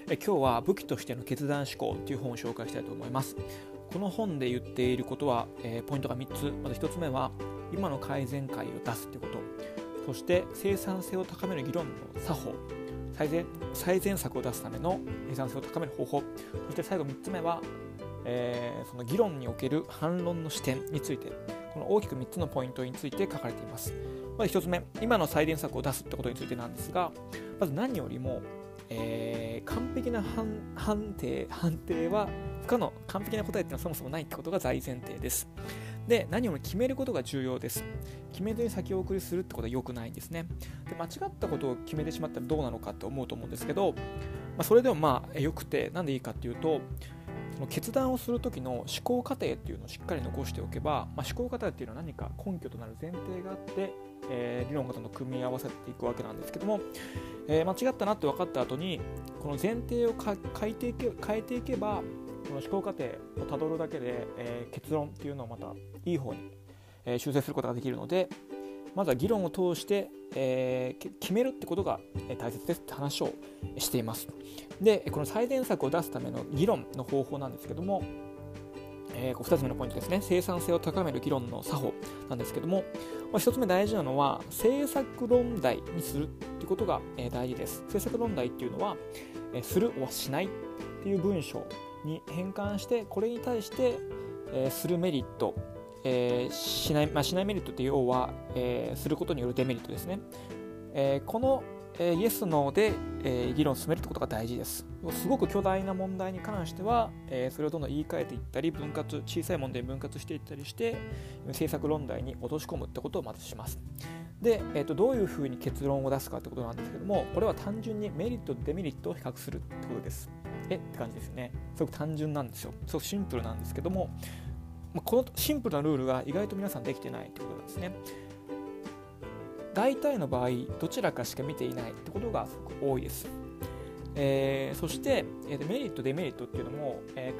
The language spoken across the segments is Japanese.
今日は武器としての決断思考という本を紹介したいと思います。この本で言っていることは、ポイントが3つ。まず1つ目は今の改善解を出すということ、そして生産性を高める議論の作法、最善策を出すための生産性を高める方法、そして最後3つ目は、その議論における反論の視点について、この大きく3つのポイントについて書かれています。まず1つ目、今の最善策を出すってことについてなんですが、まず何よりも、完璧な判定は不可能、完璧な答えっていうのはそもそもないってことが大前提です。で、何よりも決めることが重要です。決めずに先送りするってことは良くないんですね。で、間違ったことを決めてしまったらどうなのかって思うと思うんですけど、それでも良くて、なんでいいかっていうと、その決断をする時の思考過程っていうのをしっかり残しておけば、思考過程っていうのは何か根拠となる前提があって、理論がどんどん組み合わせていくわけなんですけども、間違ったなって分かった後にこの前提を変えていけば、この思考過程をたどるだけで、結論っていうのをまたいい方に、修正することができるので、まずは議論を通して、決めるってことが大切ですって話をしています。で、この最善策を出すための議論の方法なんですけども、2つ目のポイントですね。生産性を高める議論の作法なんですけども、1つ目大事なのは政策論題にするということが大事です。政策論題っていうのはするをしないっていう文章に変換して、これに対してするメリット、しないメリットって要はすることによるデメリットですね。このイエス・ノーで、議論を進めるってことが大事です。すごく巨大な問題に関しては、それをどんどん言い換えていったり小さい問題に分割していったりして政策論題に落とし込むってことをまずします。で、どういうふうに結論を出すかってことなんですけども、これは単純にメリットとデメリットを比較するってことです。って感じですね。すごく単純なんですよ。すごくシンプルなんですけども、このシンプルなルールが意外と皆さんできてないってことなんですね。大体の場合どちらかしか見ていないってことがすごく多いです。そして、メリットデメリットっていうのも、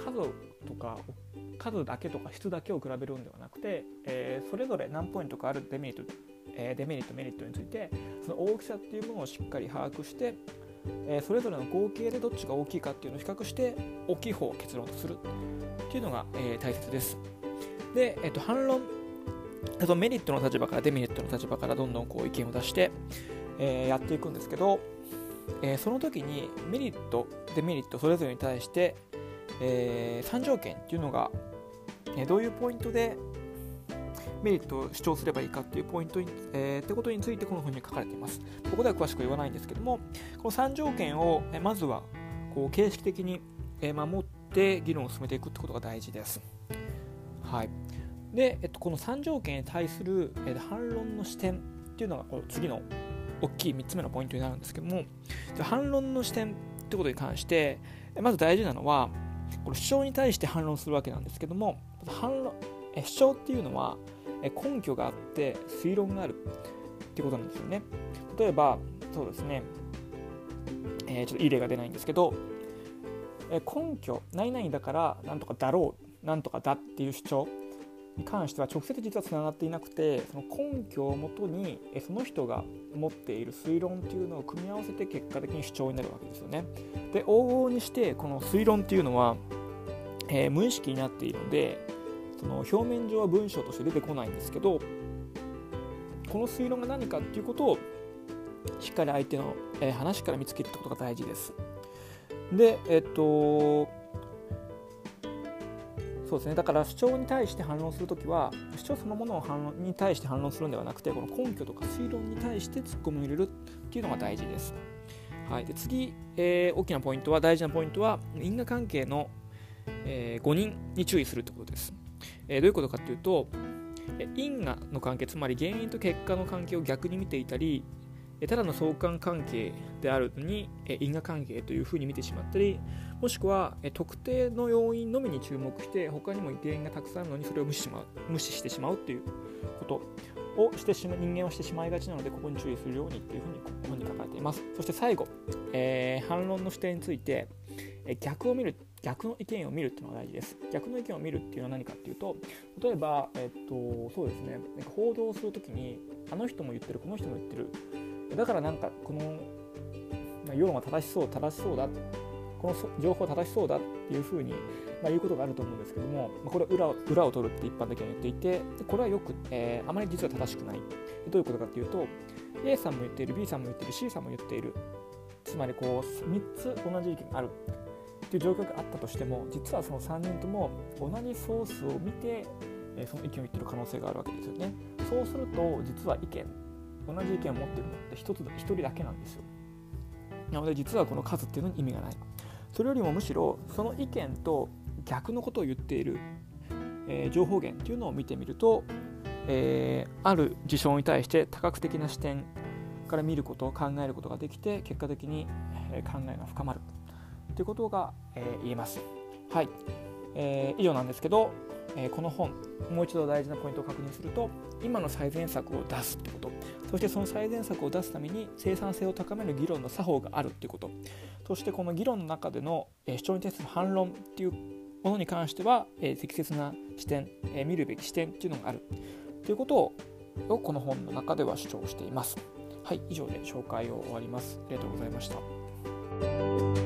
数だけとか質だけを比べるんではなくて、それぞれ何ポイントかあるデメリットメリットについて、その大きさっていうものをしっかり把握して、それぞれの合計でどっちが大きいかっていうのを比較して大きい方を結論とするっていうのが、大切です。で、反論、メリットの立場からデメリットの立場からどんどん意見を出して、やっていくんですけど、その時にメリットデメリットそれぞれに対して、3条件っていうのが、どういうポイントでメリットを主張すればいいかっていうポイントに、ってことについてこの本に書かれています。ここでは詳しく言わないんですけども、この3条件をまずは形式的に守って議論を進めていくってことが大事です。はい。で、この3条件に対する反論の視点っていうのがこの次の大きい3つ目のポイントになるんですけども、反論の視点ってことに関してまず大事なのは、この主張に対して反論するわけなんですけども、主張っていうのは根拠があって推論があるっていうことなんですよね。例えばそうですね、ちょっといい例が出ないんですけど、根拠何々だからなんとかだろうなんとかだっていう主張に関しては直接実はつながっていなくて、その根拠をもとにその人が持っている推論っていうのを組み合わせて結果的に主張になるわけですよね。で、往々にしてこの推論っていうのは、無意識になっているので、その表面上は文章として出てこないんですけど、この推論が何かっていうことをしっかり相手の話から見つけるってことが大事です。で、そうですね、だから主張に対して反論するときは、主張そのものに対して反論するんではなくて、この根拠とか推論に対して突っ込みを入れるっていうのが大事です。はい、で次、大きなポイントは、大事なポイントは因果関係の、誤認に注意するということです。どういうことかというと、因果の関係、つまり原因と結果の関係を逆に見ていたり、ただの相関関係であるのに因果関係というふうに見てしまったり、もしくは特定の要因のみに注目して他にも原因がたくさんあるのにそれを無視してしまうということをして人間はしてしまいがちなので、ここに注意するようにというふうにここ本に書かれています。そして最後、反論の視点について逆の意見を見るっていうのが大事です。逆の意見を見るっていうのは何かっていうと、例えば、そうですね、報道するときにあの人も言ってるこの人も言ってる、だからなんかこの世論は正しそうだっこの情報は正しそうだっていうふうに、言うことがあると思うんですけども、これは裏を取るって一般的に言っていて、これはよく、あまり実は正しくない。どういうことかっていうと、A さんも言っている、B さんも言っている、C さんも言っている、つまりこう3つ同じ意見があるっていう状況があったとしても、実はその3人とも同じソースを見て、その意見を言っている可能性があるわけですよね。そうすると実は同じ意見を持っているのって1人だけなんですよ。なので実はこの数っていうのに意味がない。それよりもむしろその意見と逆のことを言っている、情報源っていうのを見てみると、ある事象に対して多角的な視点から見ることを考えることができて、結果的に考えが深まるということが言えます。はい、以上なんですけど、この本もう一度大事なポイントを確認すると、今の最善策を出すということ、そしてその最善策を出すために生産性を高める議論の作法があるということ、そしてこの議論の中での主張に対する反論というものに関しては適切な視点、見るべき視点というのがあるということをこの本の中では主張しています。はい、以上で紹介を終わります。ありがとうございました。